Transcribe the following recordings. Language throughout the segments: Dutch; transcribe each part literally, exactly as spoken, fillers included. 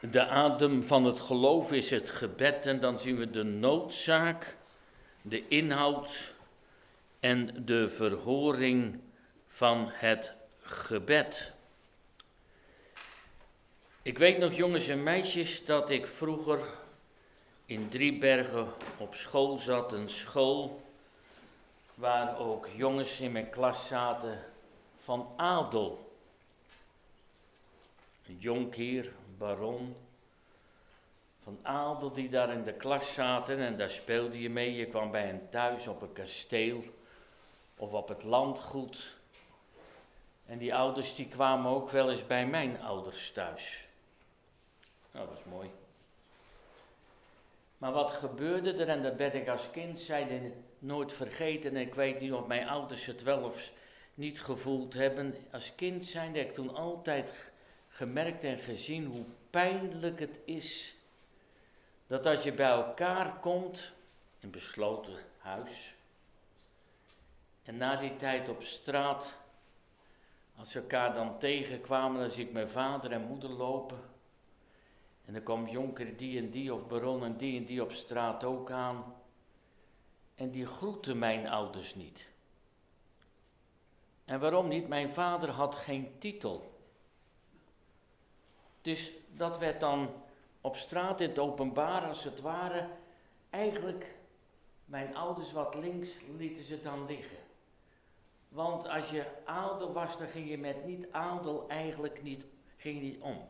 De adem van het geloof is het gebed en dan zien we de noodzaak, de inhoud en de verhoring van het gebed. Ik weet nog, jongens en meisjes, dat ik vroeger in Driebergen op school zat, een school waar ook jongens in mijn klas zaten van adel. Een jonkheer, baron, van adel die daar in de klas zaten en daar speelde je mee. Je kwam bij hen thuis op een kasteel of op het landgoed. En die ouders die kwamen ook wel eens bij mijn ouders thuis. Nou, dat was mooi. Maar wat gebeurde er, en dat ben ik als kind, zeiden nooit vergeten. En ik weet niet of mijn ouders het wel of niet gevoeld hebben. Als kind zijnde heb ik toen altijd gemerkt en gezien hoe pijnlijk het is dat als je bij elkaar komt in een besloten huis en na die tijd op straat, als ze elkaar dan tegenkwamen, dan zie ik mijn vader en moeder lopen en dan kwam jonker die en die of baron en die en die op straat ook aan en die groette mijn ouders niet. En waarom niet? Mijn vader had geen titel. Dus dat werd dan op straat in het openbaar, als het ware, eigenlijk mijn ouders wat links lieten ze dan liggen. Want als je adel was, dan ging je met niet adel eigenlijk niet, ging je niet om.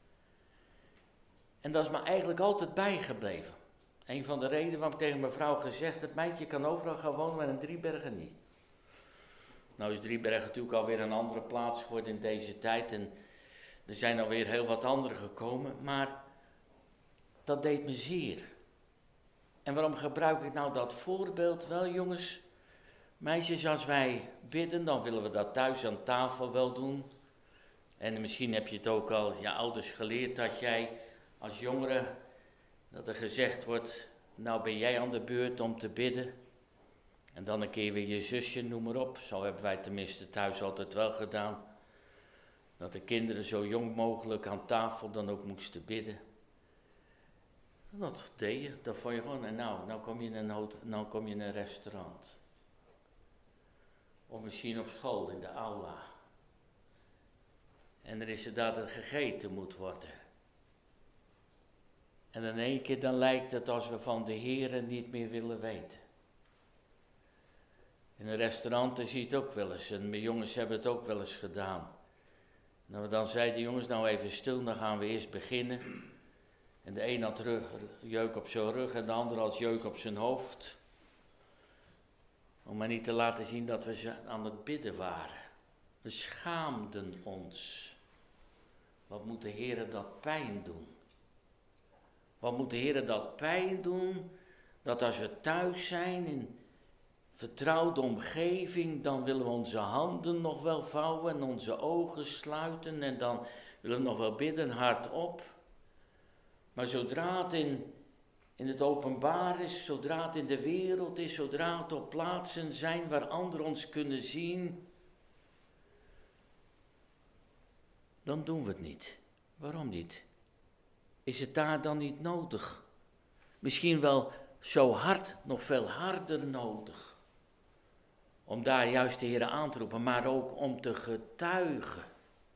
En dat is me eigenlijk altijd bijgebleven. Een van de redenen waarom ik tegen mijn vrouw gezegd heb, meidje, je kan overal gaan wonen, maar in Driebergen niet. Nou is Driebergen natuurlijk alweer een andere plaats geworden in deze tijd en er zijn alweer heel wat anderen gekomen, maar dat deed me zeer. En waarom gebruik ik nou dat voorbeeld? Wel jongens, meisjes, als wij bidden, dan willen we dat thuis aan tafel wel doen. En misschien heb je het ook al je ouders geleerd dat jij als jongere, dat er gezegd wordt, nou ben jij aan de beurt om te bidden. En dan een keer weer je zusje, noem maar op. Zo hebben wij tenminste thuis altijd wel gedaan. Dat de kinderen zo jong mogelijk aan tafel dan ook moesten bidden. Dat deed je, dat vond je gewoon, en nou, nou kom je in een, hotel, nou kom je in een restaurant. Of misschien op school, in de aula. En er is er dat er gegeten moet worden. En in één keer dan lijkt het als we van de Heere niet meer willen weten. In een restaurant zie je het ook wel eens, en mijn jongens hebben het ook wel eens gedaan. En we dan zeiden, jongens, nou even stil, dan gaan we eerst beginnen. En de een had rug, jeuk op zijn rug en de ander had jeuk op zijn hoofd. Om maar niet te laten zien dat we aan het bidden waren. We schaamden ons. Wat moet de Heere dat pijn doen? Wat moet de Heere dat pijn doen? Dat als we thuis zijn in vertrouwde omgeving, dan willen we onze handen nog wel vouwen en onze ogen sluiten en dan willen we nog wel bidden hardop. Maar zodra het in, in het openbaar is, zodra het in de wereld is, zodra het op plaatsen zijn waar anderen ons kunnen zien, dan doen we het niet. Waarom niet? Is het daar dan niet nodig? Misschien wel zo hard, nog veel harder nodig. Om daar juist de Heer aan te roepen, maar ook om te getuigen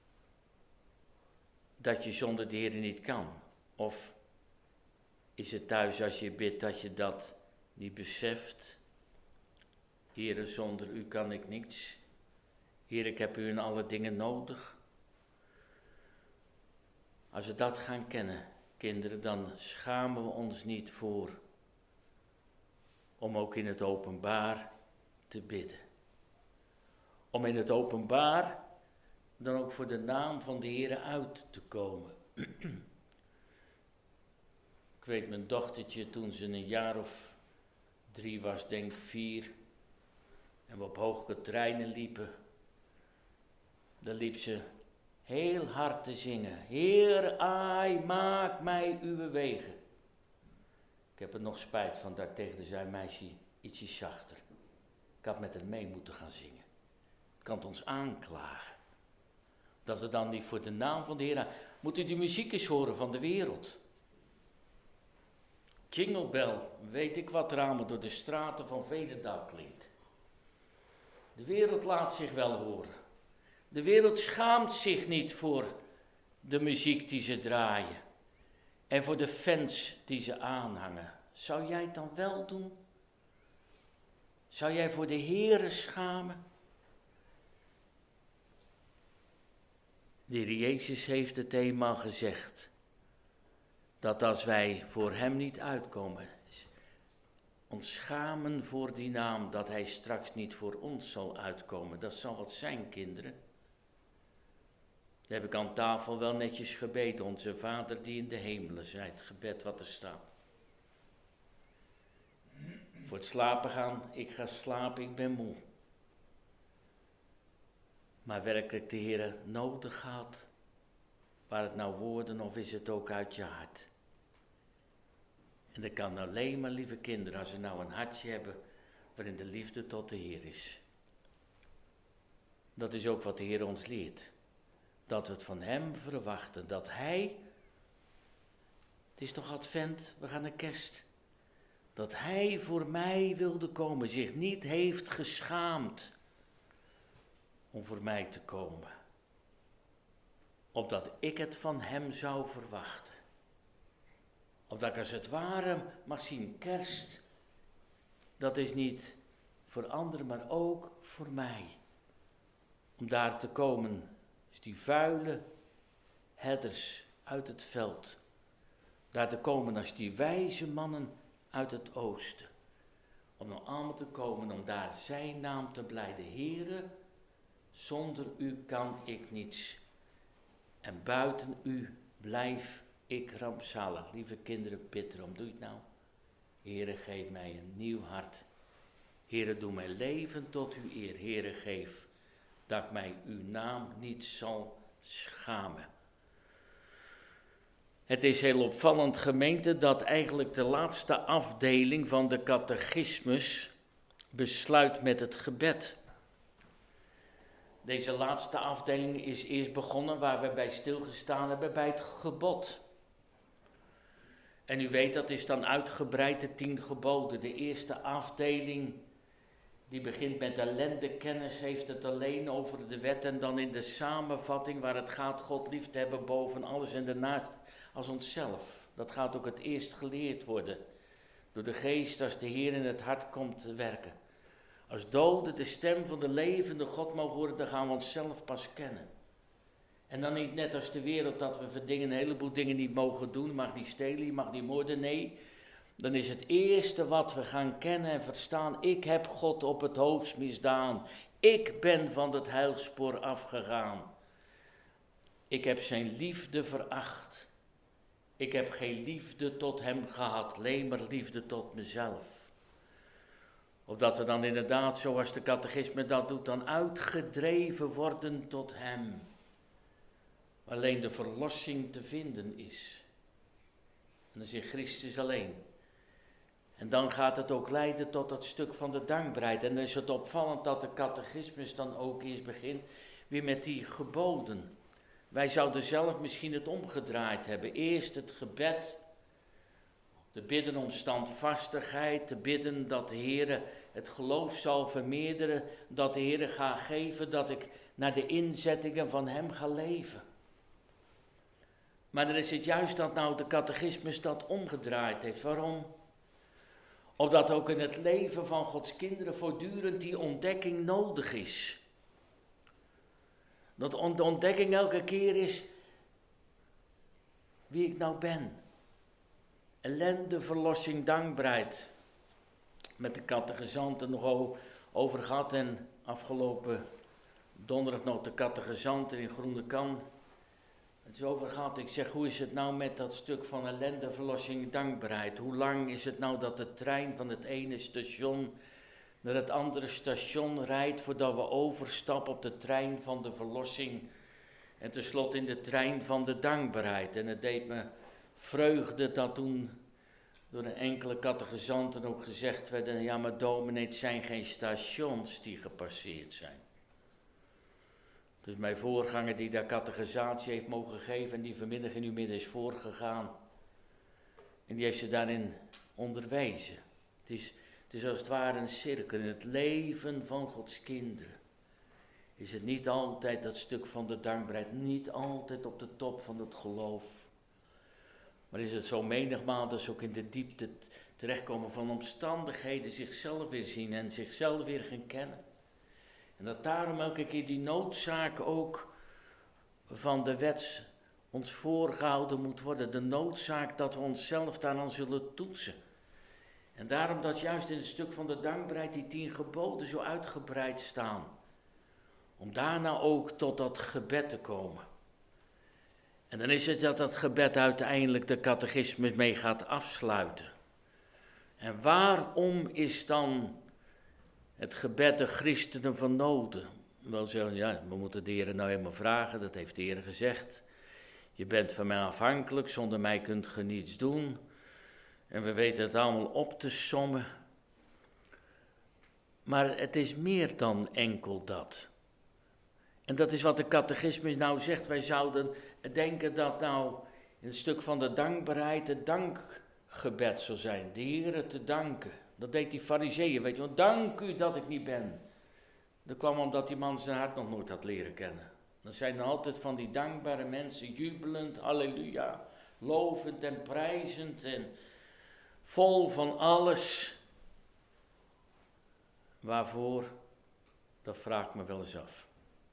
dat je zonder de Heer niet kan. Of is het thuis als je bidt dat je dat niet beseft? Heere, zonder u kan ik niets. Heer, ik heb u in alle dingen nodig. Als we dat gaan kennen, kinderen, dan schamen we ons niet voor om ook in het openbaar te bidden. Om in het openbaar dan ook voor de naam van de Heere uit te komen. Ik weet mijn dochtertje toen ze een jaar of drie was, denk vier, en we op hoge treinen liepen, dan liep ze heel hard te zingen. Heer, ai, maak mij uw wegen. Ik heb er nog spijt van dat ik tegen haar zei, meisje, ietsje zachter. Ik had met haar mee moeten gaan zingen. Het kan ons aanklagen. Dat we dan niet voor de naam van de Heer, Moet u die muziek eens horen van de wereld. Jingle bell, weet ik wat ramen door de straten van Veenendaal klinkt. De wereld laat zich wel horen. De wereld schaamt zich niet voor de muziek die ze draaien. En voor de fans die ze aanhangen. Zou jij het dan wel doen? Zou jij voor de Heere schamen? De Heer Jezus heeft het eenmaal gezegd. Dat als wij voor hem niet uitkomen, ons schamen voor die naam, dat hij straks niet voor ons zal uitkomen. Dat zal wat zijn, kinderen. Dat heb ik aan tafel wel netjes gebeden. Onze Vader die in de hemelen zijt, het gebed wat er staat. Voor het slapen gaan, ik ga slapen, ik ben moe. Maar werkelijk de Heer nodig gaat, waar het nou woorden of is het ook uit je hart. En dat kan alleen maar, lieve kinderen, als we nou een hartje hebben waarin de liefde tot de Heer is. Dat is ook wat de Heer ons leert. Dat we het van hem verwachten, dat hij, het is toch advent, we gaan naar kerst. Dat hij voor mij wilde komen, zich niet heeft geschaamd om voor mij te komen. Opdat ik het van hem zou verwachten. Opdat ik als het ware mag zien, kerst, dat is niet voor anderen, maar ook voor mij. Om daar te komen, is die vuile herders uit het veld. Daar te komen als die wijze mannen uit het oosten. Om nou allemaal te komen, om daar zijn naam te blijden. Heere, zonder u kan ik niets. En buiten u blijf ik rampzalig. Lieve kinderen, bid erom. Doe je het nou? Heere, geef mij een nieuw hart. Heere, doe mijn leven tot uw eer. Heere, geef dat ik mij uw naam niet zal schamen. Het is heel opvallend, gemeente, dat eigenlijk de laatste afdeling van de catechismus besluit met het gebed. Deze laatste afdeling is eerst begonnen waar we bij stilgestaan hebben bij het gebod. En u weet, dat is dan uitgebreid de tien geboden. De eerste afdeling, die begint met ellendekennis, heeft het alleen over de wet. En dan in de samenvatting waar het gaat God lief te hebben boven alles en daarnaast als onszelf. Dat gaat ook het eerst geleerd worden door de geest als de Heer in het hart komt te werken. Als doden de stem van de levende God mogen horen, dan gaan we onszelf pas kennen. En dan niet net als de wereld dat we voor dingen, een heleboel dingen niet mogen doen, mag niet stelen, je mag niet moorden, nee. Dan is het eerste wat we gaan kennen en verstaan, ik heb God op het hoogst misdaan. Ik ben van het heilspoor afgegaan. Ik heb zijn liefde veracht. Ik heb geen liefde tot hem gehad, alleen maar liefde tot mezelf. Opdat we dan inderdaad, zoals de catechisme dat doet, dan uitgedreven worden tot hem. Alleen de verlossing te vinden is. En dat is in Christus alleen. En dan gaat het ook leiden tot dat stuk van de dankbaarheid. En dan is het opvallend dat de catechismus dan ook eerst begint weer met die geboden. Wij zouden zelf misschien het omgedraaid hebben. Eerst het gebed, te bidden om standvastigheid, te bidden dat de Heere het geloof zal vermeerderen, dat de Heere gaat geven, dat ik naar de inzettingen van hem ga leven. Maar dan is het juist dat nou de catechismus dat omgedraaid heeft. Waarom? Omdat ook in het leven van Gods kinderen voortdurend die ontdekking nodig is. Dat de ontdekking elke keer is wie ik nou ben. Ellende, verlossing, dankbaarheid. Met de catechizant er nog over gehad en afgelopen donderdag nog de catechizant in Groene Kan. Het is over gehad. Ik zeg, hoe is het nou met dat stuk van ellende, verlossing, dankbaarheid? Hoe lang is het nou dat de trein van het ene station naar het andere station rijdt voordat we overstappen op de trein van de verlossing en tenslotte in de trein van de dankbaarheid? En het deed me vreugde dat toen door een enkele catechizanten ook gezegd werd, ja maar dominee, het zijn geen stations die gepasseerd zijn. Dus mijn voorganger die daar catechisatie heeft mogen geven en die vanmiddag in uw midden is voorgegaan. En die heeft ze daarin onderwezen. Het is, het is als het ware een cirkel in het leven van Gods kinderen. Is het niet altijd dat stuk van de dankbaarheid, niet altijd op de top van het geloof. Maar is het zo menigmaal dat ze ook in de diepte terechtkomen van omstandigheden, zichzelf weer zien en zichzelf weer gaan kennen. En dat daarom elke keer die noodzaak ook van de wet ons voorgehouden moet worden. De noodzaak dat we onszelf daaraan zullen toetsen. En daarom dat juist in het stuk van de dankbaarheid die tien geboden zo uitgebreid staan. Om daarna ook tot dat gebed te komen. En dan is het dat dat gebed uiteindelijk de catechismus mee gaat afsluiten. En waarom is dan het gebed de christenen van noden? Wel zeggen, ja, we moeten de Heer nou helemaal vragen, dat heeft de Heer gezegd. Je bent van mij afhankelijk, zonder mij kunt je niets doen. En we weten het allemaal op te sommen. Maar het is meer dan enkel dat. En dat is wat de catechismus nou zegt. Wij zouden denken dat nou in het stuk van de dankbaarheid het dankgebed zou zijn. De Heere te danken. Dat deed die fariseeën, weet je wel. Dank u dat ik niet ben. Dat kwam omdat die man zijn hart nog nooit had leren kennen. Dan zijn er altijd van die dankbare mensen, jubelend, halleluja, lovend en prijzend en vol van alles. Waarvoor? Dat vraag ik me wel eens af.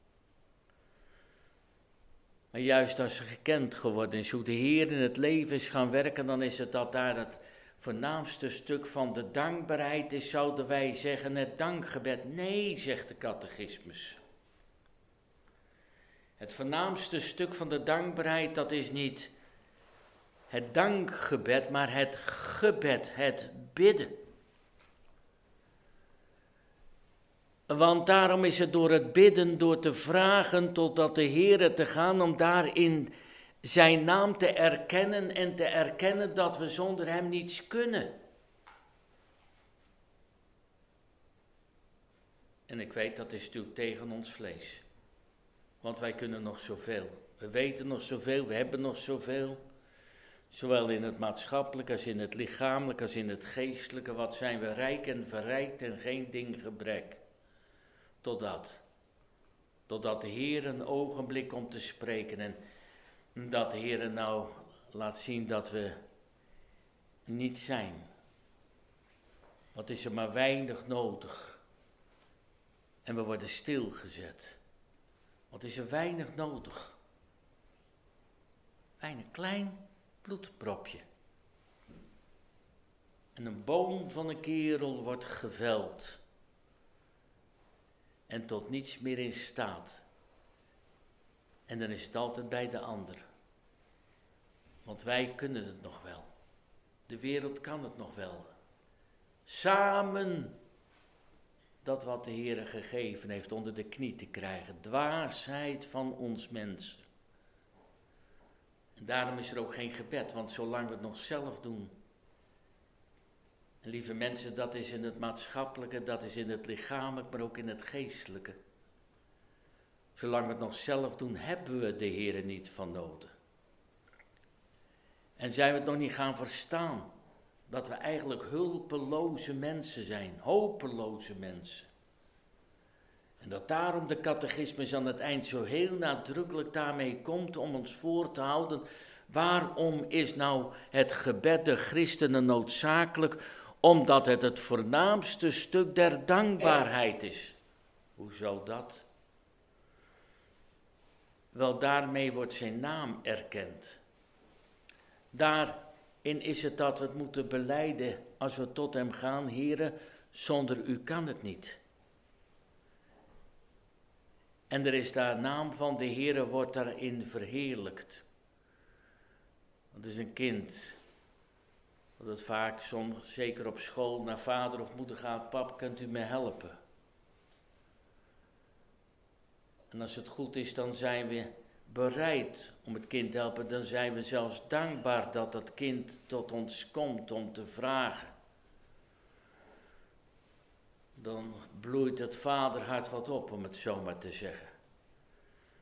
Maar juist als ze gekend geworden is, hoe de Heer in het leven is gaan werken, dan is het dat daar het voornaamste stuk van de dankbaarheid is, zouden wij zeggen, het dankgebed. Nee, zegt de catechismus. Het voornaamste stuk van de dankbaarheid, dat is niet het dankgebed, maar het gebed, het bidden. Want daarom is het door het bidden, door te vragen totdat de Heere te gaan, om daarin zijn naam te erkennen en te erkennen dat we zonder hem niets kunnen. En ik weet, dat is natuurlijk tegen ons vlees. Want wij kunnen nog zoveel. We weten nog zoveel, we hebben nog zoveel. Zowel in het maatschappelijke als in het lichamelijke als in het geestelijke. Wat zijn we rijk en verrijkt en geen ding gebrek. Totdat. Totdat de Heer een ogenblik komt te spreken. En dat de Heer nou laat zien dat we niet zijn. Wat is er maar weinig nodig. En we worden stilgezet. Wat is er weinig nodig. Weinig klein bloedpropje. En een boom van een kerel wordt geveld. En tot niets meer in staat. En dan is het altijd bij de ander. Want wij kunnen het nog wel. De wereld kan het nog wel. Samen dat wat de Heer gegeven heeft onder de knie te krijgen. Dwaasheid van ons mensen. En daarom is er ook geen gebed, want zolang we het nog zelf doen. En lieve mensen, dat is in het maatschappelijke, dat is in het lichamelijk, maar ook in het geestelijke. Zolang we het nog zelf doen, hebben we de Heer niet van noden. En zijn we het nog niet gaan verstaan, dat we eigenlijk hulpeloze mensen zijn, hopeloze mensen. En dat daarom de catechismus aan het eind zo heel nadrukkelijk daarmee komt om ons voor te houden. Waarom is nou het gebed der christenen noodzakelijk? Omdat het het voornaamste stuk der dankbaarheid is. Hoezo dat? Wel, daarmee wordt zijn naam erkend. Daarin is het dat we het moeten belijden als we tot hem gaan. Heere, zonder u kan het niet. En er is daar naam van de Heere wordt daarin verheerlijkt. Dat is een kind. Dat het vaak soms, zeker op school, naar vader of moeder gaat. Pap, kunt u me helpen? En als het goed is, dan zijn we bereid om het kind te helpen. Dan zijn we zelfs dankbaar dat dat kind tot ons komt om te vragen. Dan bloeit het vaderhart wat op, om het zo maar te zeggen.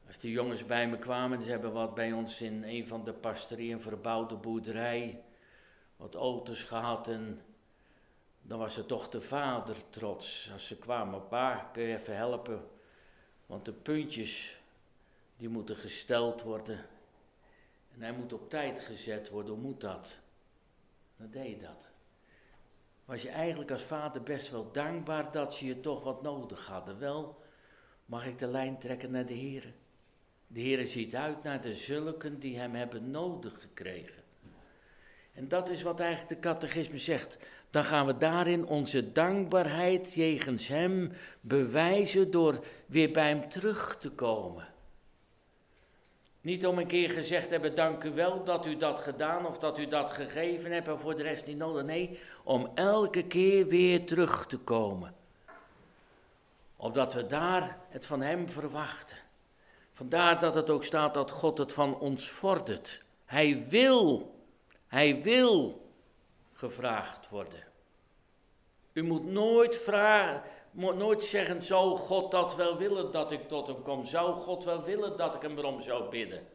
Als die jongens bij me kwamen, ze hebben wat bij ons in een van de pastorieën, een verbouwde boerderij, wat auto's gehad en dan was er toch de vader trots. Als ze kwamen, pa, kun je even helpen, want de puntjes, die moeten gesteld worden. En hij moet op tijd gezet worden, hoe moet dat? Dan deed je dat. Was je eigenlijk als vader best wel dankbaar dat ze je toch wat nodig hadden. Wel, mag ik de lijn trekken naar de Heere. De Heere ziet uit naar de zulken die hem hebben nodig gekregen. En dat is wat eigenlijk de catechisme zegt. Dan gaan we daarin onze dankbaarheid jegens hem bewijzen door weer bij hem terug te komen. Niet om een keer gezegd hebben, dank u wel dat u dat gedaan of dat u dat gegeven hebt en voor de rest niet nodig. Nee, om elke keer weer terug te komen. Opdat we daar het van hem verwachten. Vandaar dat het ook staat dat God het van ons vordert. Hij wil, hij wil gevraagd worden. U moet nooit vragen, moet nooit zeggen, zou God dat wel willen dat ik tot hem kom? Zou God wel willen dat ik hem erom zou bidden?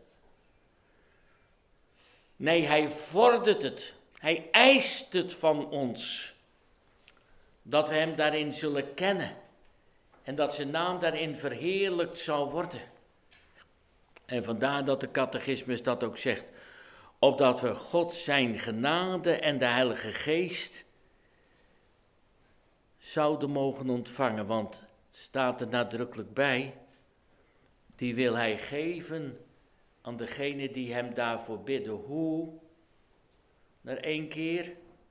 Nee, hij vordert het. Hij eist het van ons. Dat we hem daarin zullen kennen. En dat zijn naam daarin verheerlijkt zal worden. En vandaar dat de catechismus dat ook zegt. Opdat we God zijn genade en de Heilige Geest zouden mogen ontvangen. Want het staat er nadrukkelijk bij. Die wil hij geven aan degene die hem daarvoor bidden. Hoe? Naar één keer.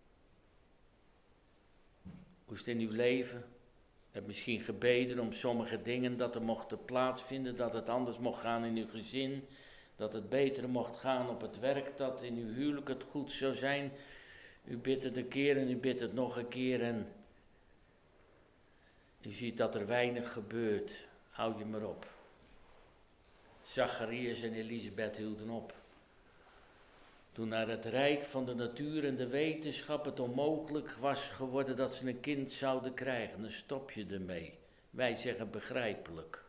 Hoe is het in uw leven? Je hebt misschien gebeden om sommige dingen dat er mochten plaatsvinden, dat het anders mocht gaan in uw gezin, dat het beter mocht gaan op het werk, dat in uw huwelijk het goed zou zijn. U bidt het een keer en u bidt het nog een keer en u ziet dat er weinig gebeurt. Hou je maar op. Zacharias en Elisabeth hielden op. Toen naar het rijk van de natuur en de wetenschap het onmogelijk was geworden dat ze een kind zouden krijgen, dan stop je ermee. Wij zeggen begrijpelijk.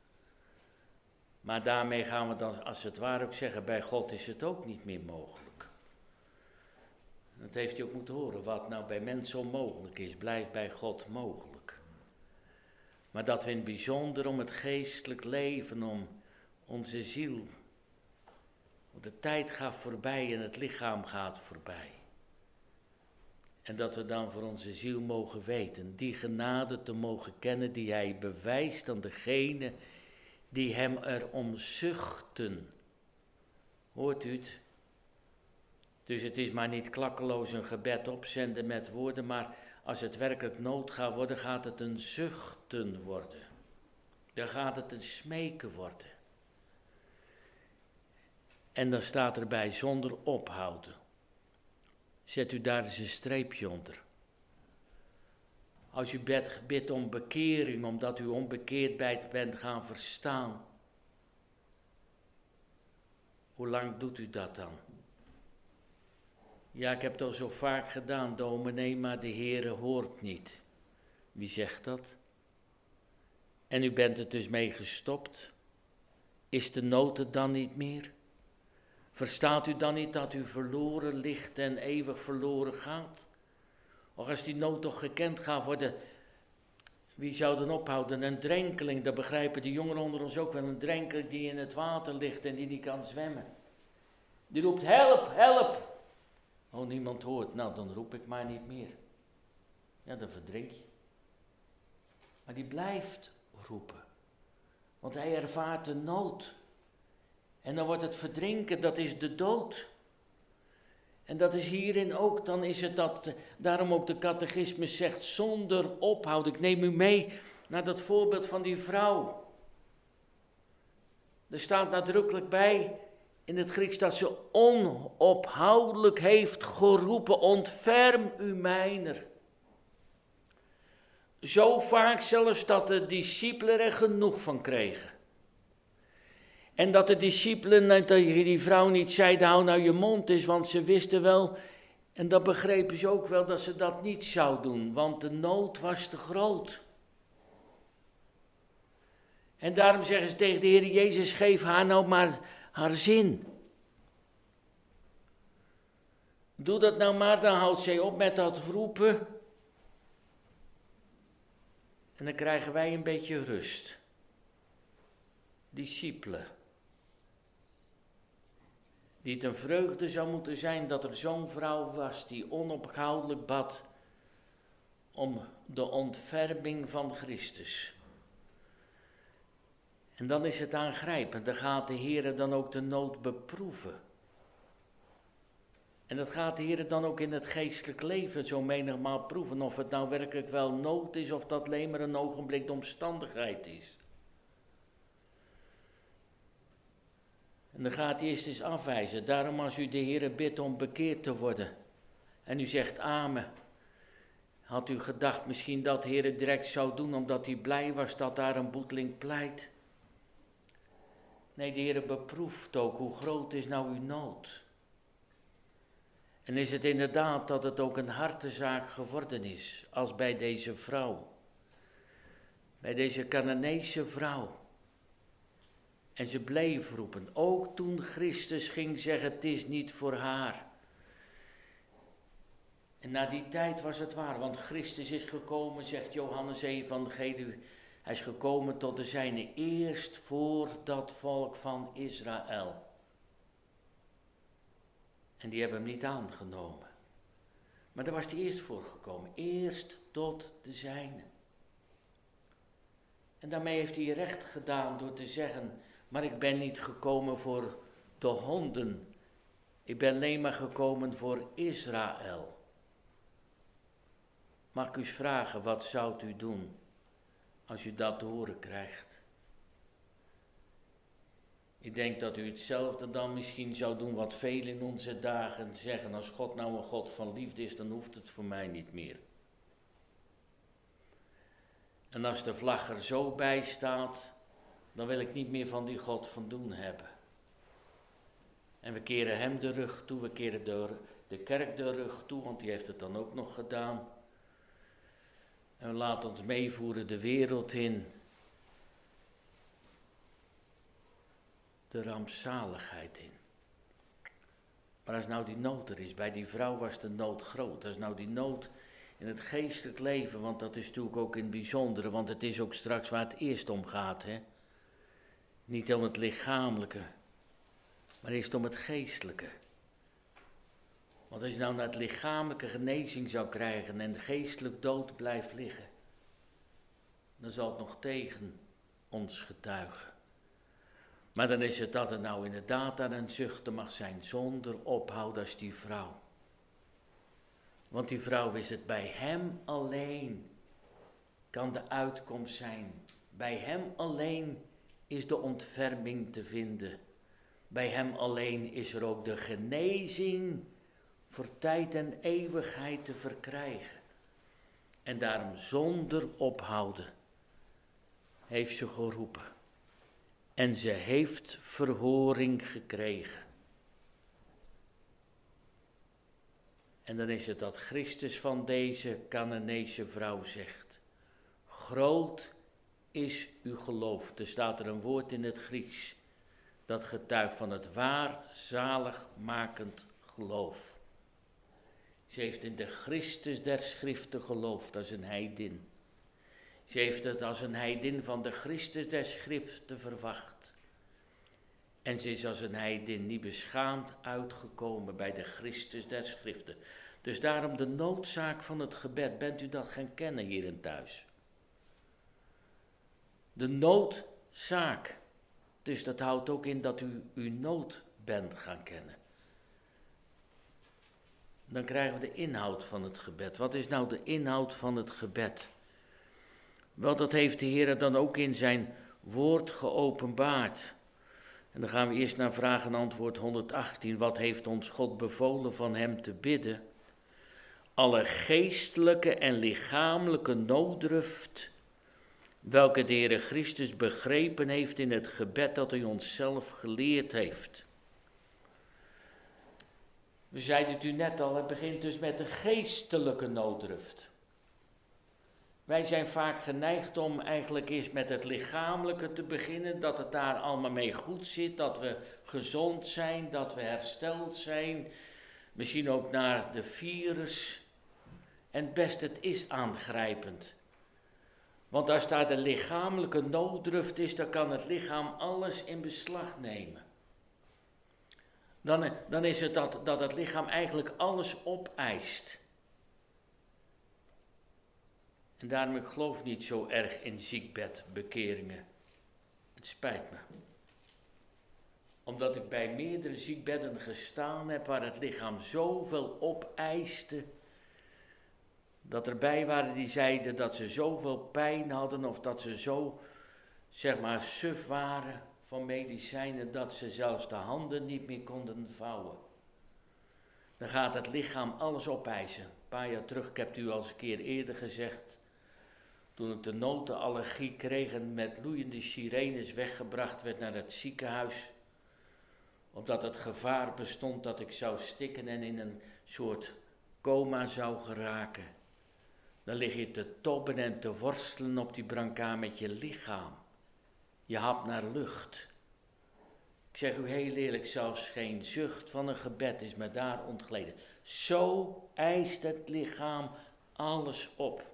Maar daarmee gaan we dan als het ware ook zeggen, bij God is het ook niet meer mogelijk. Dat heeft hij ook moeten horen. Wat nou bij mensen onmogelijk is, blijft bij God mogelijk. Maar dat we in het bijzonder om het geestelijk leven, om onze ziel. Want de tijd gaat voorbij en het lichaam gaat voorbij. En dat we dan voor onze ziel mogen weten, die genade te mogen kennen die hij bewijst aan degene die hem erom zuchten. Hoort u het? Dus het is maar niet klakkeloos een gebed opzenden met woorden, maar als het werkelijk nood gaat worden, gaat het een zuchten worden. Dan gaat het een smeken worden. En dan staat erbij zonder ophouden. Zet u daar eens een streepje onder. Als u bidt om bekering, omdat u onbekeerd bent gaan verstaan. Hoe lang doet u dat dan? Ja, ik heb het al zo vaak gedaan, dominee, maar de Heere hoort niet. Wie zegt dat? En u bent er dus mee gestopt? Is de nood er dan niet meer? Verstaat u dan niet dat u verloren ligt en eeuwig verloren gaat? Of als die nood toch gekend gaat worden, wie zou dan ophouden? Een drenkeling, dat begrijpen de jongeren onder ons ook wel, een drenkeling die in het water ligt en die niet kan zwemmen. Die roept, help, help. Oh, niemand hoort, nou dan roep ik maar niet meer. Ja, dan verdrink je. Maar die blijft roepen, want hij ervaart de nood. En dan wordt het verdrinken, dat is de dood. En dat is hierin ook, dan is het dat, daarom ook de catechismus zegt, zonder ophouden. Ik neem u mee naar dat voorbeeld van die vrouw. Er staat nadrukkelijk bij in het Grieks dat ze onophoudelijk heeft geroepen, ontferm u mijner. Zo vaak zelfs dat de discipelen er genoeg van kregen. En dat de discipelen tegen die vrouw niet zeiden, hou nou je mond eens, want ze wisten wel, en dat begrepen ze ook wel, dat ze dat niet zou doen, want de nood was te groot. En daarom zeggen ze tegen de Heer Jezus, geef haar nou maar haar zin. Doe dat nou maar, dan houdt zij op met dat roepen. En dan krijgen wij een beetje rust. Discipelen. Die het een vreugde zou moeten zijn dat er zo'n vrouw was die onophoudelijk bad om de ontferming van Christus. En dan is het aangrijpend, dan gaat de Heer dan ook de nood beproeven. En dat gaat de Heer dan ook in het geestelijk leven zo menigmaal proeven, of het nou werkelijk wel nood is, of dat alleen maar een ogenblik de omstandigheid is. En dan gaat hij eerst eens afwijzen. Daarom als u de Heer bidt om bekeerd te worden, en u zegt amen, had u gedacht misschien dat de Heer het direct zou doen, omdat hij blij was dat daar een boeteling pleit. Nee, de Heer beproeft ook hoe groot is nou uw nood. En is het inderdaad dat het ook een hartezaak geworden is, als bij deze vrouw. Bij deze Canaanese vrouw. En ze bleef roepen, ook toen Christus ging zeggen, het is niet voor haar. En na die tijd was het waar, want Christus is gekomen, zegt Johannes Evangelie, hij is gekomen tot de zijne eerst voor dat volk van Israël. En die hebben hem niet aangenomen. Maar daar was hij eerst voor gekomen. Eerst tot de zijne. En daarmee heeft hij recht gedaan door te zeggen, maar ik ben niet gekomen voor de honden. Ik ben alleen maar gekomen voor Israël. Mag ik u eens vragen, wat zou u doen als u dat te horen krijgt? Ik denk dat u hetzelfde dan misschien zou doen wat velen in onze dagen zeggen. Als God nou een God van liefde is, dan hoeft het voor mij niet meer. En als de vlag er zo bij staat, dan wil ik niet meer van die God van doen hebben. En we keren hem de rug toe, we keren de, de kerk de rug toe, want die heeft het dan ook nog gedaan. En we laten ons meevoeren de wereld in. De rampzaligheid in. Maar als nou die nood er is, bij die vrouw was de nood groot. Als nou die nood in het geestelijk leven, want dat is natuurlijk ook in het bijzondere, want het is ook straks waar het eerst om gaat, hè. Niet om het lichamelijke, maar eerst om het geestelijke. Want als je nou naar het lichamelijke genezing zou krijgen en geestelijk dood blijft liggen, dan zal het nog tegen ons getuigen. Maar dan is het dat er nou inderdaad aan een zuchten mag zijn, zonder ophouden als die vrouw. Want die vrouw is het, bij hem alleen kan de uitkomst zijn. Bij hem alleen is de ontferming te vinden. Bij hem alleen is er ook de genezing voor tijd en eeuwigheid te verkrijgen. En daarom zonder ophouden heeft ze geroepen. En ze heeft verhoring gekregen. En dan is het dat Christus van deze Canaanese vrouw zegt, groot is uw geloof. Er staat er een woord in het Grieks, dat getuigt van het waar zaligmakend geloof. Ze heeft in de Christus der Schriften geloofd als een heidin. Ze heeft het als een heidin van de Christus der Schriften verwacht. En ze is als een heidin niet beschaamd uitgekomen bij de Christus der Schriften. Dus daarom de noodzaak van het gebed. Bent u dat gaan kennen hier in thuis? De noodzaak. Dus dat houdt ook in dat u uw nood bent gaan kennen. Dan krijgen we de inhoud van het gebed. Wat is nou de inhoud van het gebed? Wel, dat heeft de Heer dan ook in zijn woord geopenbaard. En dan gaan we eerst naar vraag en antwoord honderdachttien. Wat heeft ons God bevolen van hem te bidden? Alle geestelijke en lichamelijke nooddruft, welke de Heere Christus begrepen heeft in het gebed dat hij ons zelf geleerd heeft. We zeiden het u net al, het begint dus met de geestelijke nooddruft. Wij zijn vaak geneigd om eigenlijk eerst met het lichamelijke te beginnen, dat het daar allemaal mee goed zit, dat we gezond zijn, dat we hersteld zijn, misschien ook naar de virus. En best, het is aangrijpend. Want als daar de lichamelijke nooddruft is, dan kan het lichaam alles in beslag nemen. Dan, dan is het dat, dat het lichaam eigenlijk alles opeist. En daarom, ik geloof niet zo erg in ziekbedbekeringen. Het spijt me. Omdat ik bij meerdere ziekbedden gestaan heb waar het lichaam zoveel opeiste, dat er bij waren die zeiden dat ze zoveel pijn hadden of dat ze zo, zeg maar, suf waren van medicijnen dat ze zelfs de handen niet meer konden vouwen. Dan gaat het lichaam alles opeisen. Een paar jaar terug, ik heb het u al eens een keer eerder gezegd, toen ik de notenallergie kreeg en met loeiende sirenes weggebracht werd naar het ziekenhuis, omdat het gevaar bestond dat ik zou stikken en in een soort coma zou geraken. Dan lig je te tobben en te worstelen op die brancard met je lichaam. Je hapt naar lucht. Ik zeg u heel eerlijk, zelfs geen zucht van een gebed is me daar ontgleden. Zo eist het lichaam alles op.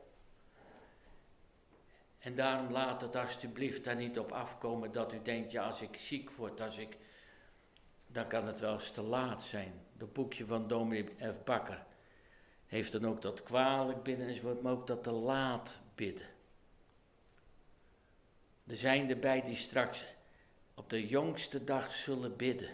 En daarom laat het alsjeblieft daar niet op afkomen dat u denkt, ja, als ik ziek word, als ik, dan kan het wel eens te laat zijn. Dat boekje van dominee F. Bakker heeft dan ook dat kwalijk bidden enzovoort, maar ook dat te laat bidden. Er zijn erbij die straks op de jongste dag zullen bidden.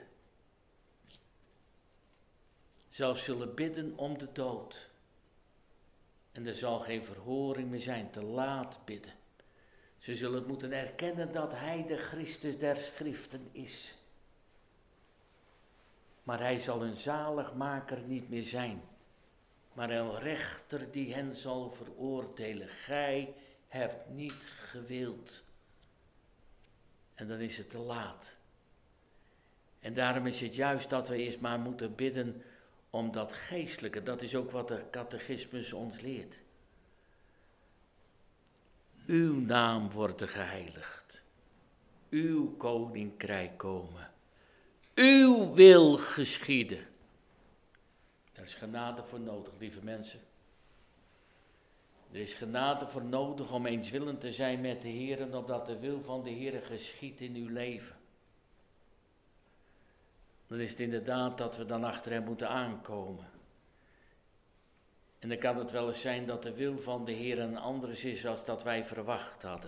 Zelfs zullen bidden om de dood. En er zal geen verhoring meer zijn, te laat bidden. Ze zullen het moeten erkennen dat hij de Christus der Schriften is. Maar hij zal een zaligmaker niet meer zijn, maar een rechter die hen zal veroordelen. Gij hebt niet gewild. En dan is het te laat. En daarom is het juist dat we eerst maar moeten bidden om dat geestelijke. Dat is ook wat de catechismus ons leert. Uw naam wordt geheiligd. Uw koninkrijk komen. Uw wil geschieden. Er is genade voor nodig, lieve mensen. Er is genade voor nodig om eenswillend te zijn met de Heer, opdat de wil van de Heer geschiedt in uw leven. Dan is het inderdaad dat we dan achter hem moeten aankomen. En dan kan het wel eens zijn dat de wil van de Heer een anders is als dat wij verwacht hadden.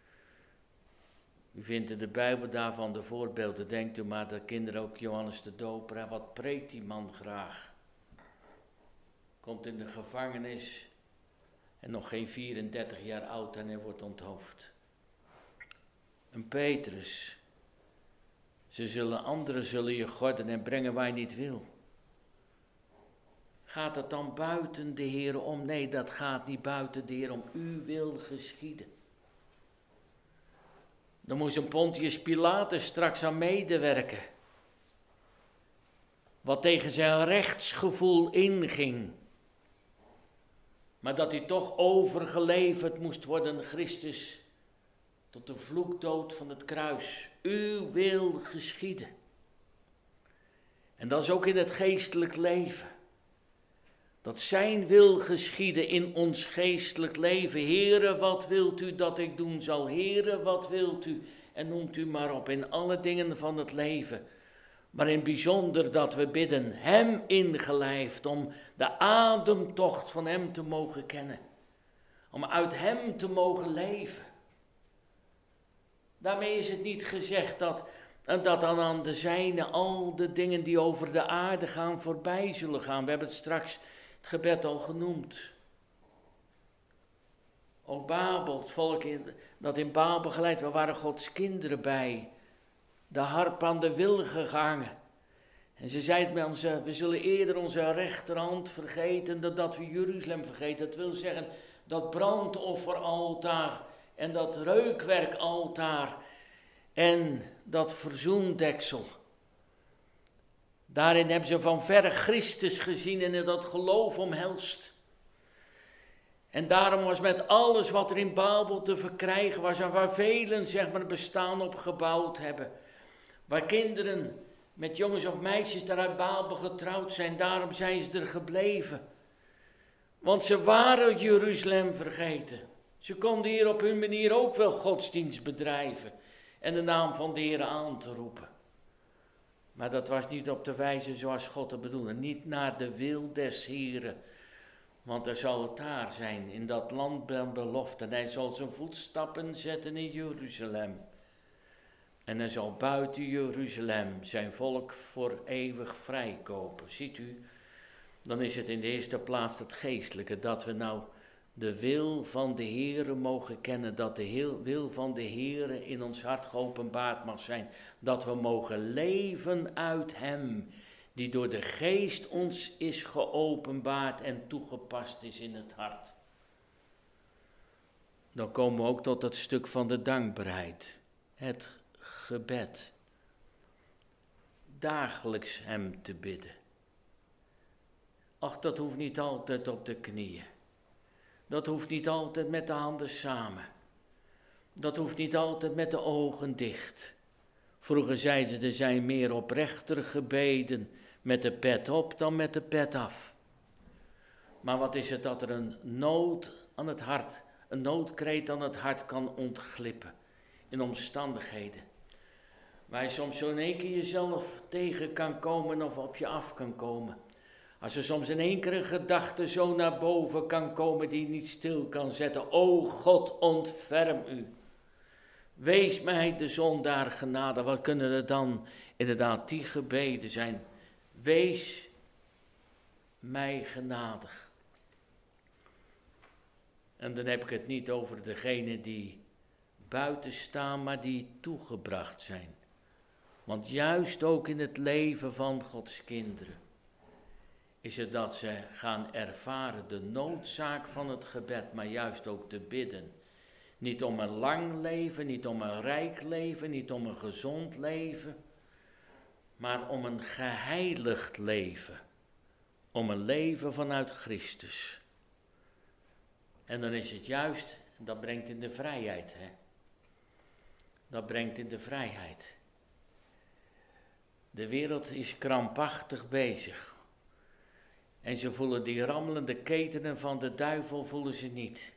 U vindt in de Bijbel daarvan de voorbeelden. Denkt u maar dat kinderen ook Johannes de Doper, wat preekt die man graag. Komt in de gevangenis en nog geen vierendertig jaar oud en hij wordt onthoofd. Een Petrus. Ze zullen, anderen zullen je gorden en brengen waar je niet wil. Gaat het dan buiten de Heer om? Nee, dat gaat niet buiten de Heer om. U wil geschieden. Dan moest een Pontius Pilatus straks aan medewerken. Wat tegen zijn rechtsgevoel inging. Maar dat hij toch overgeleverd moest worden, Christus, tot de vloekdood van het kruis. Uw wil geschieden. En dat is ook in het geestelijk leven. Dat zijn wil geschieden in ons geestelijk leven. Heere, wat wilt u dat ik doen zal? Heere, wat wilt u? En noemt u maar op in alle dingen van het leven. Maar in het bijzonder dat we bidden, hem ingelijfd, om de ademtocht van hem te mogen kennen. Om uit hem te mogen leven. Daarmee is het niet gezegd dat, dat dan aan de zijne al de dingen die over de aarde gaan voorbij zullen gaan. We hebben het straks het gebed al genoemd. Ook Babel, het volk in, dat in Babel geleid, waar waren Gods kinderen bij. De harp aan de wilgen gehangen. En ze zeiden bij ons, we zullen eerder onze rechterhand vergeten dan dat we Jeruzalem vergeten. Dat wil zeggen, dat brandofferaltaar en dat reukwerkaltaar en dat verzoendeksel. Daarin hebben ze van verre Christus gezien en dat geloof omhelst. En daarom was met alles wat er in Babel te verkrijgen was en waar velen zeg maar bestaan op gebouwd hebben. Waar kinderen met jongens of meisjes daar uit Babel getrouwd zijn, daarom zijn ze er gebleven. Want ze waren Jeruzalem vergeten. Ze konden hier op hun manier ook wel godsdienst bedrijven en de naam van de Heer aan te roepen. Maar dat was niet op de wijze zoals God het bedoelde, niet naar de wil des Heren. Want er zal het daar zijn, in dat land der belofte. En hij zal zijn voetstappen zetten in Jeruzalem. En hij zal buiten Jeruzalem zijn volk voor eeuwig vrijkopen. Ziet u, dan is het in de eerste plaats het geestelijke, dat we nou de wil van de Heere mogen kennen, dat de heel, wil van de Heere in ons hart geopenbaard mag zijn, dat we mogen leven uit Hem, die door de Geest ons is geopenbaard en toegepast is in het hart. Dan komen we ook tot het stuk van de dankbaarheid, het gebed. Dagelijks Hem te bidden. Ach, dat hoeft niet altijd op de knieën. Dat hoeft niet altijd met de handen samen. Dat hoeft niet altijd met de ogen dicht. Vroeger zeiden ze, er zijn meer oprechter gebeden met de pet op dan met de pet af. Maar wat is het dat er een nood aan het hart, een noodkreet aan het hart kan ontglippen in omstandigheden. Waar je soms zo in één keer jezelf tegen kan komen of op je af kan komen. Als er soms in één keer een gedachte zo naar boven kan komen die niet stil kan zetten. O God, ontferm u. Wees mij de zondaar genade. Wat kunnen er dan inderdaad die gebeden zijn? Wees mij genadig. En dan heb ik het niet over degenen die buiten staan, maar die toegebracht zijn. Want juist ook in het leven van Gods kinderen is het dat ze gaan ervaren de noodzaak van het gebed, maar juist ook te bidden. Niet om een lang leven, niet om een rijk leven, niet om een gezond leven, maar om een geheiligd leven. Om een leven vanuit Christus. En dan is het juist, dat brengt in de vrijheid, hè. Dat brengt in de vrijheid. De wereld is krampachtig bezig. En ze voelen die rammelende ketenen van de duivel, voelen ze niet.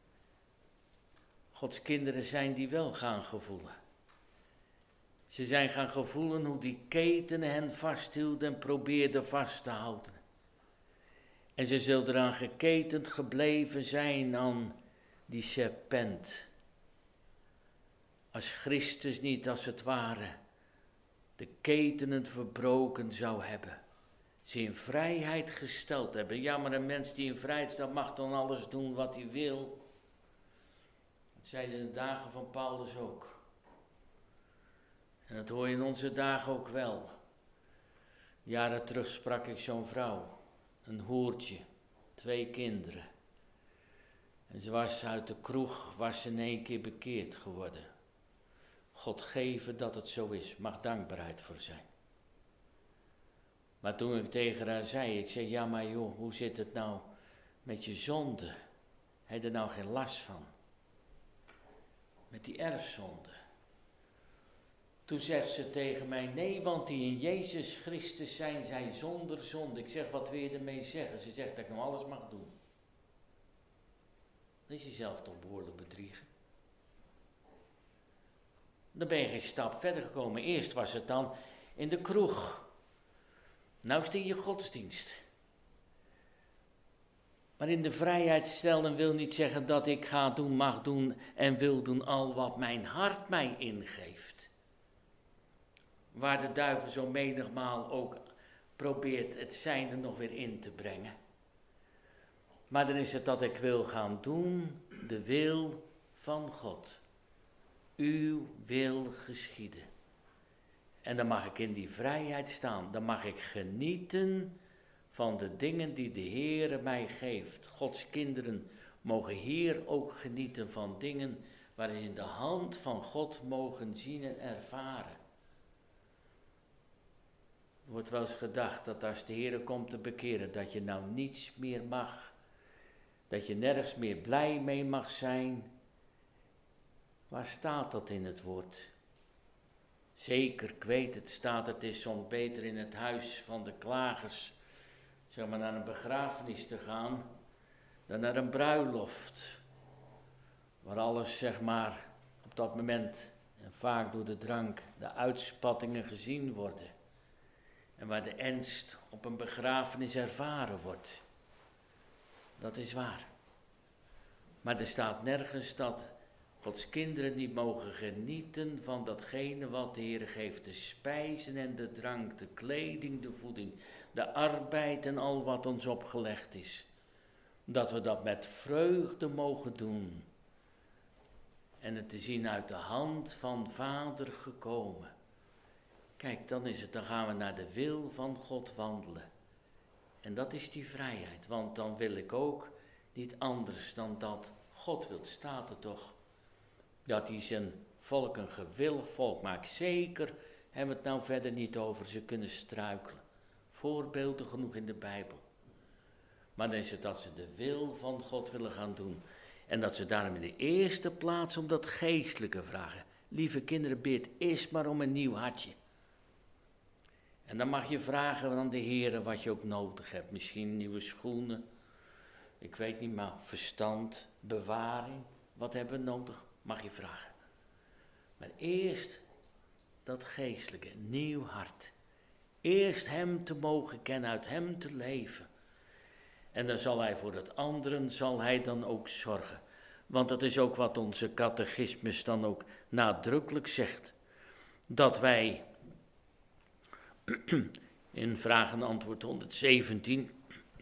Gods kinderen zijn die wel gaan gevoelen. Ze zijn gaan gevoelen hoe die ketenen hen vasthielden en probeerden vast te houden. En ze zullen eraan geketend gebleven zijn aan die serpent. Als Christus niet als het ware de ketenen verbroken zou hebben. Ze in vrijheid gesteld hebben. Ja, maar een mens die in vrijheid staat mag dan alles doen wat hij wil. Dat zeiden ze in de dagen van Paulus ook. En dat hoor je in onze dagen ook wel. Jaren terug sprak ik zo'n vrouw. Een hoertje. Twee kinderen. En ze was uit de kroeg, was ze in één keer bekeerd geworden. God geven dat het zo is. Mag dankbaarheid voor zijn. Maar toen ik tegen haar zei, ik zei, ja maar joh, hoe zit het nou met je zonde? Heb je er nou geen last van? Met die erfzonde. Toen zegt ze tegen mij, nee, want die in Jezus Christus zijn, zijn zonder zonde. Ik zeg, wat wil je ermee zeggen? Ze zegt dat ik nou alles mag doen. Dan is je zelf toch behoorlijk bedriegen. Dan ben je geen stap verder gekomen. Eerst was het dan in de kroeg. Nou is het in je godsdienst. Maar in de vrijheid stellen wil niet zeggen dat ik ga doen, mag doen en wil doen al wat mijn hart mij ingeeft. Waar de duivel zo menigmaal ook probeert het zijne nog weer in te brengen. Maar dan is het dat ik wil gaan doen de wil van God. Uw wil geschieden. En dan mag ik in die vrijheid staan. Dan mag ik genieten van de dingen die de Heere mij geeft. Gods kinderen mogen hier ook genieten van dingen waarin ze in de hand van God mogen zien en ervaren. Er wordt wel eens gedacht dat als de Heere komt te bekeren, dat je nou niets meer mag. Dat je nergens meer blij mee mag zijn. Waar staat dat in het woord? Zeker, ik weet het, staat het is soms beter in het huis van de klagers, zeg maar, naar een begrafenis te gaan, dan naar een bruiloft. Waar alles, zeg maar, op dat moment, en vaak door de drank, de uitspattingen gezien worden. En waar de ernst op een begrafenis ervaren wordt. Dat is waar. Maar er staat nergens dat Gods kinderen niet mogen genieten van datgene wat de Heer geeft. De spijzen en de drank, de kleding, de voeding, de arbeid en al wat ons opgelegd is. Dat we dat met vreugde mogen doen. En het te zien uit de hand van Vader gekomen. Kijk, dan is het, dan gaan we naar de wil van God wandelen. En dat is die vrijheid, want dan wil ik ook niet anders dan dat God wil, staat er toch. Dat hij zijn volk een gewillig volk maakt. Zeker hebben we het nou verder niet over, ze kunnen struikelen. Voorbeelden genoeg in de Bijbel. Maar dan is het dat ze de wil van God willen gaan doen. En dat ze daarom in de eerste plaats om dat geestelijke vragen. Lieve kinderen, bid eerst maar om een nieuw hartje. En dan mag je vragen aan de Heer wat je ook nodig hebt. Misschien nieuwe schoenen, ik weet niet, maar verstand, bewaring. Wat hebben we nodig? Mag je vragen. Maar eerst dat geestelijke, een nieuw hart. Eerst hem te mogen kennen, uit hem te leven. En dan zal hij voor het anderen, zal hij dan ook zorgen. Want dat is ook wat onze catechismus dan ook nadrukkelijk zegt. Dat wij in vraag en antwoord honderdzeventien...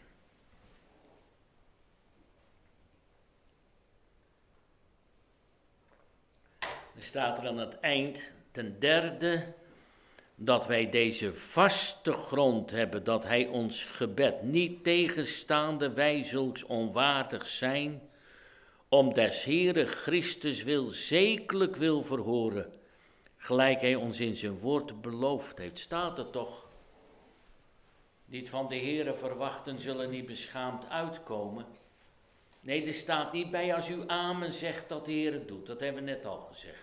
Er staat er aan het eind, ten derde, dat wij deze vaste grond hebben, dat hij ons gebed niet tegenstaande wij zulks onwaardig zijn, om des Heere Christus wil zekerlijk wil verhoren, gelijk hij ons in zijn woord beloofd heeft. Staat er toch? Niet van de Heere verwachten zullen niet beschaamd uitkomen. Nee, er staat niet bij als u amen zegt dat de Heer het doet. Dat hebben we net al gezegd.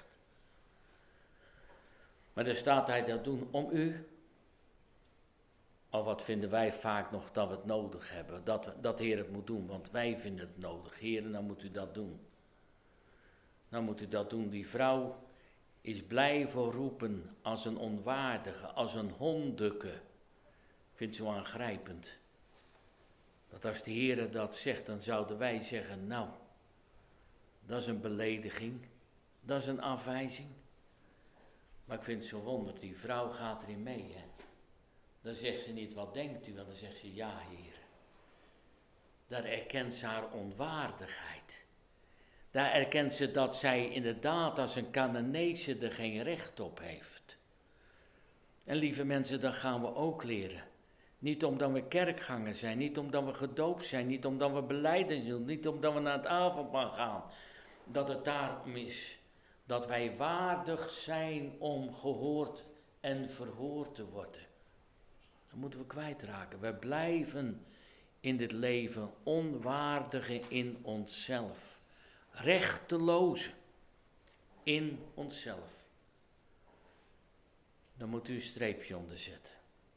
Maar er staat hij dat doen om u. Al wat vinden wij vaak nog dat we het nodig hebben. Dat, dat de Heer het moet doen, want wij vinden het nodig. Heer, dan moet u dat doen. Dan moet u dat doen. Die vrouw is blijven roepen als een onwaardige, als een hondeke. Ik vind het zo aangrijpend. Dat als de Heer dat zegt, dan zouden wij zeggen, nou, dat is een belediging, dat is een afwijzing. Maar ik vind het zo wonder, die vrouw gaat erin mee, hè. Dan zegt ze niet, wat denkt u? Want dan zegt ze, ja, Heer. Daar erkent ze haar onwaardigheid. Daar erkent ze dat zij inderdaad als een Canaanese er geen recht op heeft. En lieve mensen, dat gaan we ook leren. Niet omdat we kerkgangers zijn, niet omdat we gedoopt zijn, niet omdat we belijden doen, niet omdat we naar het avondmaal gaan. Dat het daarom is dat wij waardig zijn om gehoord en verhoord te worden. Dat moeten we kwijtraken. We blijven in dit leven onwaardigen in onszelf. Rechtelozen in onszelf. Dan moet u een streepje onder zetten.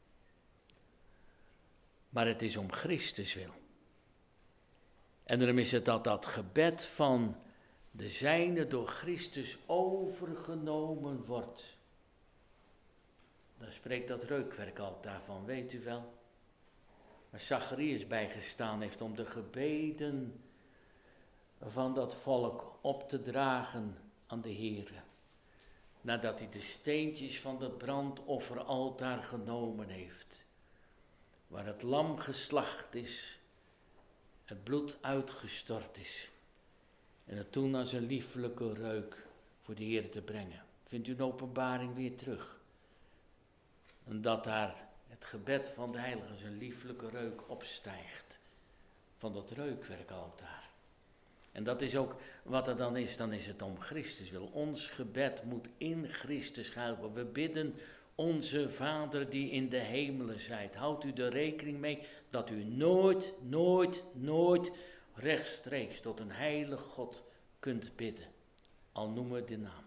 Maar het is om Christus wil. En daarom is het dat dat gebed van de zijne door Christus overgenomen wordt. Daar spreekt dat reukwerk altaar van, weet u wel. Waar Zacharias bijgestaan heeft om de gebeden van dat volk op te dragen aan de Heere. Nadat hij de steentjes van het brandofferaltaar genomen heeft. Waar het lam geslacht is, het bloed uitgestort is. En het toen als een lieflijke reuk voor de Heer te brengen. Vindt u een openbaring weer terug. En dat daar het gebed van de heilige als een lieflijke reuk opstijgt. Van dat reukwerkaltaar. En dat is ook wat er dan is, dan is het om Christus wil. Ons gebed moet in Christus schuilen. We bidden onze Vader die in de hemelen zijt. Houdt u er rekening mee dat u nooit, nooit, nooit rechtstreeks tot een heilig God kunt bidden, al noemen we de naam.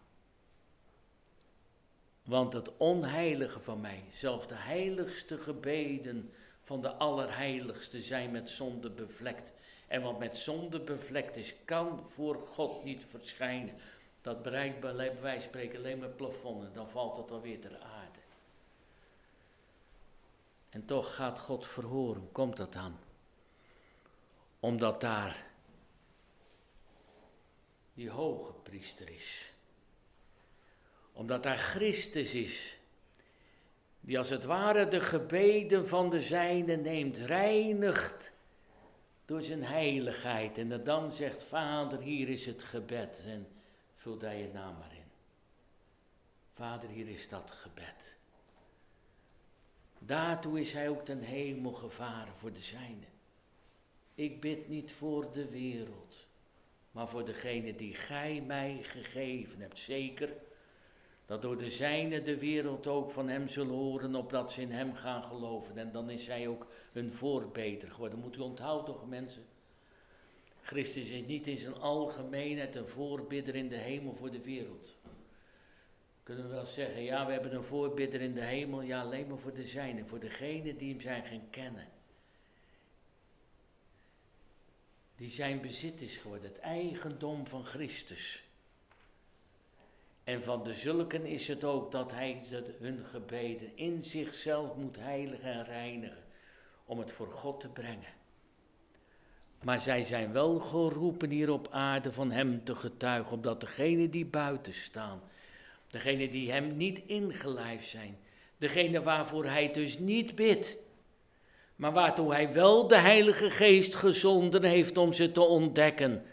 Want het onheilige van mij, zelfs de heiligste gebeden van de Allerheiligste zijn met zonde bevlekt. En wat met zonde bevlekt is, kan voor God niet verschijnen. Dat bereikt bij wijze van spreken alleen maar plafonnen, dan valt het alweer ter aarde. En toch gaat God verhoren, komt dat aan? Omdat daar die hoge priester is. Omdat daar Christus is, die als het ware de gebeden van de zijnen neemt, reinigt door zijn heiligheid. En dat dan zegt, Vader, hier is het gebed en vul daar je naam maar in. Vader, hier is dat gebed. Daartoe is hij ook ten hemel gevaren voor de zijnen. Ik bid niet voor de wereld, maar voor degene die gij mij gegeven hebt. Zeker dat door de zijnen de wereld ook van hem zullen horen, opdat ze in hem gaan geloven. En dan is hij ook hun voorbeter geworden. Moet u onthouden toch, mensen? Christus is niet in zijn algemeenheid een voorbidder in de hemel voor de wereld. Kunnen we wel zeggen, ja, we hebben een voorbidder in de hemel, ja, alleen maar voor de zijnen, voor degenen die hem zijn gaan kennen. Die zijn bezit is geworden, het eigendom van Christus. En van de zulken is het ook dat hij hun gebeden in zichzelf moet heiligen en reinigen, om het voor God te brengen. Maar zij zijn wel geroepen hier op aarde van hem te getuigen, opdat degenen die buiten staan, degenen die hem niet ingelijfd zijn, degene waarvoor hij dus niet bidt, maar waartoe hij wel de Heilige Geest gezonden heeft om ze te ontdekken,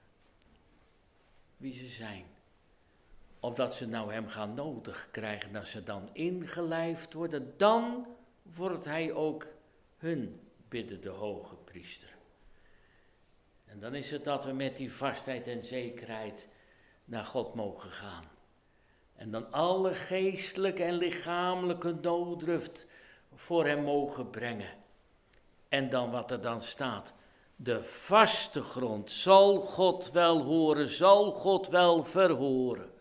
wie ze zijn. Opdat ze nou hem gaan nodig krijgen, dat ze dan ingelijfd worden, dan wordt hij ook hun bidden, de hoge priester. En dan is het dat we met die vastheid en zekerheid naar God mogen gaan. En dan alle geestelijke en lichamelijke nooddruft voor hem mogen brengen. En dan wat er dan staat, de vaste grond zal God wel horen, zal God wel verhoren.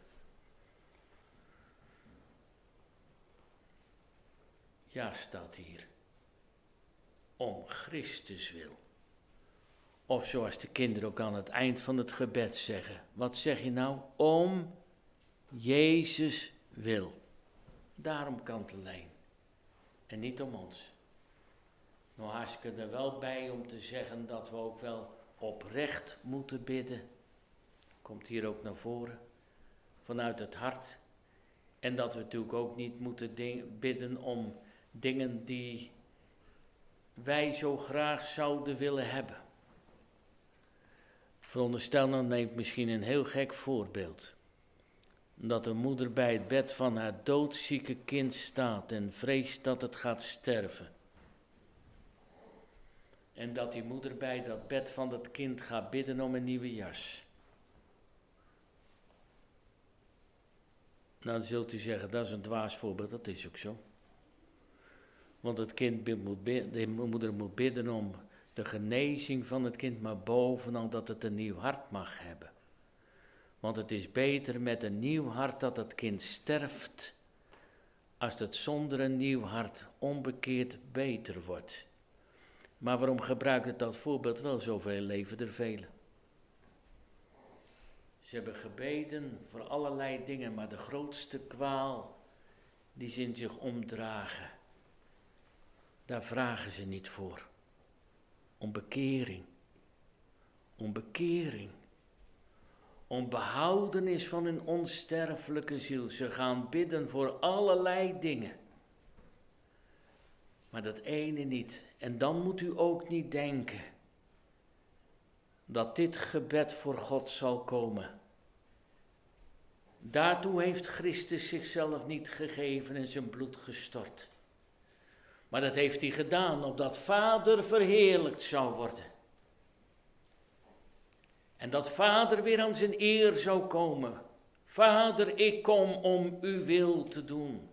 Ja, staat hier, om Christus wil. Of zoals de kinderen ook aan het eind van het gebed zeggen. Wat zeg je nou? Om Jezus wil. Daarom kantelijn. En niet om ons. Nou, hartstikke er wel bij om te zeggen dat we ook wel oprecht moeten bidden. Komt hier ook naar voren. Vanuit het hart. En dat we natuurlijk ook niet moeten ding, bidden om dingen die wij zo graag zouden willen hebben. Veronderstel nou, neemt misschien een heel gek voorbeeld. Dat een moeder bij het bed van haar doodzieke kind staat en vreest dat het gaat sterven. En dat die moeder bij dat bed van dat kind gaat bidden om een nieuwe jas. Nou, dan zult u zeggen, dat is een dwaas voorbeeld, dat is ook zo. Want het kind moet bidden, de moeder moet bidden om de genezing van het kind, maar bovenal dat het een nieuw hart mag hebben. Want het is beter met een nieuw hart dat het kind sterft, als het zonder een nieuw hart onbekeerd beter wordt. Maar waarom gebruikt het dat voorbeeld wel? Zoveel leven er velen. Ze hebben gebeden voor allerlei dingen, maar de grootste kwaal die ze in zich omdragen, daar vragen ze niet voor. Om bekering. Om bekering. Om behoudenis van hun onsterfelijke ziel. Ze gaan bidden voor allerlei dingen. Maar dat ene niet. En dan moet u ook niet denken dat dit gebed voor God zal komen. Daartoe heeft Christus zichzelf niet gegeven en zijn bloed gestort. Maar dat heeft hij gedaan, opdat Vader verheerlijkt zou worden. En dat Vader weer aan zijn eer zou komen. Vader, ik kom om uw wil te doen.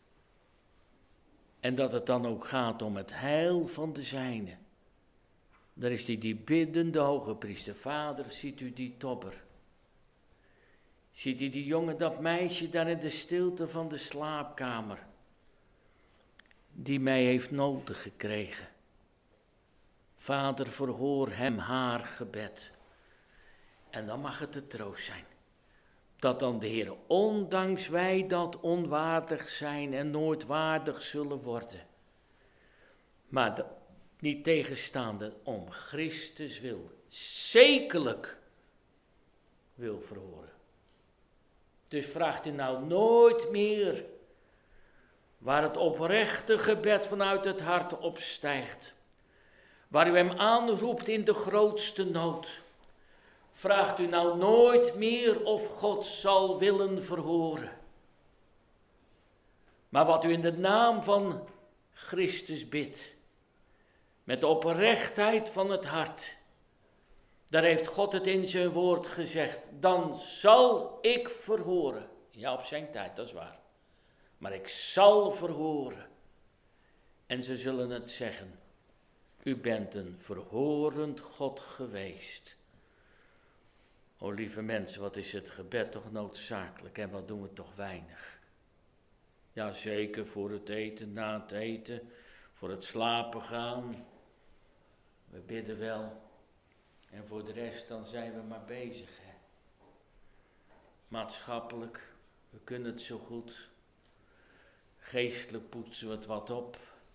En dat het dan ook gaat om het heil van de zijnen. Daar is die, die biddende hoge priester. Vader, ziet u die tobber? Ziet u die jongen, dat meisje daar in de stilte van de slaapkamer, die mij heeft nodig gekregen? Vader, verhoor hem haar gebed. En dan mag het de troost zijn. Dat dan de Heer, ondanks wij dat onwaardig zijn en nooit waardig zullen worden, maar de, niet tegenstaande om Christus wil, zekerlijk wil verhoren. Dus vraagt u nou nooit meer waar het oprechte gebed vanuit het hart opstijgt, waar u hem aanroept in de grootste nood. Vraagt u nou nooit meer of God zal willen verhoren. Maar wat u in de naam van Christus bidt, met de oprechtheid van het hart, daar heeft God het in zijn woord gezegd. Dan zal ik verhoren. Ja, op zijn tijd, dat is waar. Maar ik zal verhoren. En ze zullen het zeggen. U bent een verhorend God geweest. O lieve mensen, wat is het gebed toch noodzakelijk en wat doen we toch weinig. Ja, zeker voor het eten, na het eten, voor het slapen gaan. We bidden wel. En voor de rest, dan zijn we maar bezig. Hè? Maatschappelijk, we kunnen het zo goed. Geestelijk poetsen we het wat op.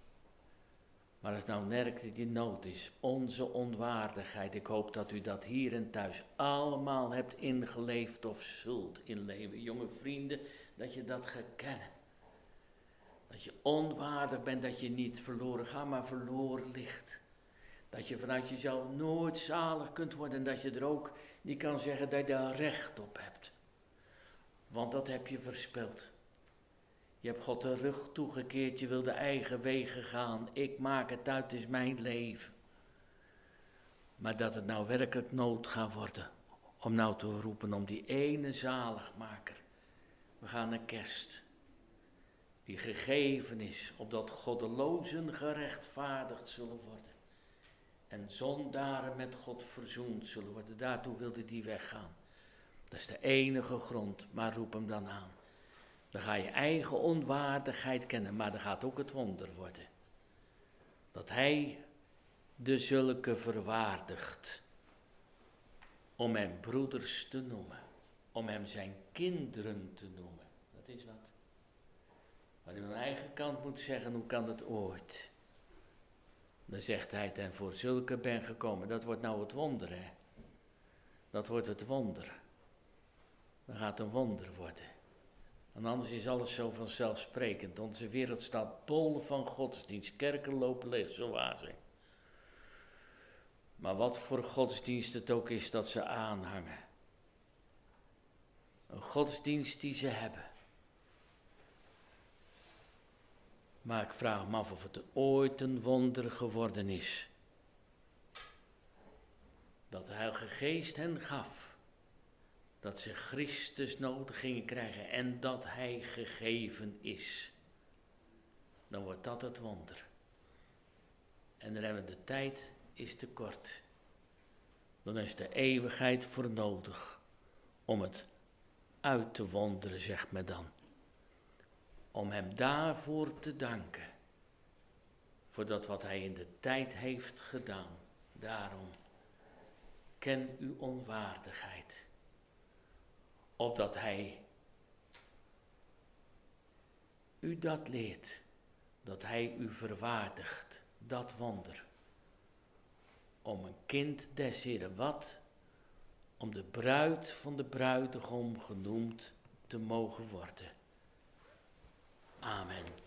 Maar als nou merkt die nood is, onze onwaardigheid. Ik hoop dat u dat hier en thuis allemaal hebt ingeleefd of zult inleven. Jonge vrienden, dat je dat gaat kennen. Dat je onwaardig bent, dat je niet verloren gaat, maar verloren ligt. Dat je vanuit jezelf nooit zalig kunt worden en dat je er ook niet kan zeggen dat je daar recht op hebt. Want dat heb je verspild. Je hebt God de rug toegekeerd, je wil de eigen wegen gaan. Ik maak het uit, het is mijn leven. Maar dat het nou werkelijk nood gaat worden om nou te roepen om die ene zaligmaker. We gaan naar kerst. Die gegeven is, opdat goddelozen gerechtvaardigd zullen worden. En zondaren met God verzoend zullen worden. Daartoe wilde die weggaan. Dat is de enige grond, maar roep hem dan aan. Dan ga je eigen onwaardigheid kennen, maar dan gaat ook het wonder worden. Dat hij de zulke verwaardigt. Om hem broeders te noemen. Om hem zijn kinderen te noemen. Dat is wat. Waar hij aan de eigen kant moet zeggen, hoe kan het ooit? Dan zegt hij, en voor zulke ben gekomen. Dat wordt nou het wonder, hè. Dat wordt het wonder. Dan gaat een wonder worden. En anders is alles zo vanzelfsprekend. Onze wereld staat bol van godsdienst. Kerken lopen leeg, zo waar zijn. Maar wat voor godsdienst het ook is dat ze aanhangen. Een godsdienst die ze hebben. Maar ik vraag me af of het ooit een wonder geworden is. Dat de Heilige Geest hen gaf. Dat ze Christus nodig gingen krijgen en dat hij gegeven is. Dan wordt dat het wonder. En dan hebben we de tijd is te kort. Dan is de eeuwigheid voor nodig om het uit te wonderen, zegt men dan. Om hem daarvoor te danken. Voor dat wat hij in de tijd heeft gedaan. Daarom, ken uw onwaardigheid. Opdat hij u dat leert. Dat hij u verwaardigt. Dat wonder. Om een kind des Heren wat? Om de bruid van de bruidegom genoemd te mogen worden. Amen.